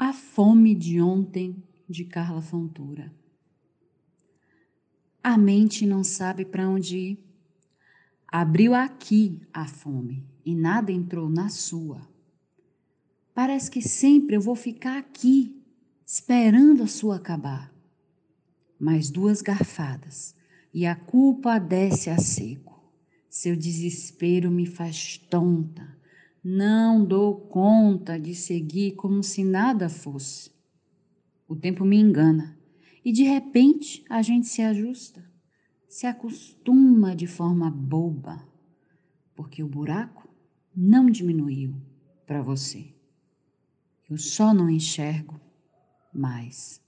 A fome de ontem, de Carla Fontoura. A mente não sabe para onde ir. Abriu aqui a fome e nada entrou na sua. Parece que sempre eu vou ficar aqui, esperando a sua acabar. Mais 2 garfadas e a culpa desce a seco. Seu desespero me faz tonta. Não dou conta de seguir como se nada fosse. O tempo me engana e de repente a gente se ajusta, se acostuma de forma boba, porque o buraco não diminuiu para você. Eu só não enxergo mais.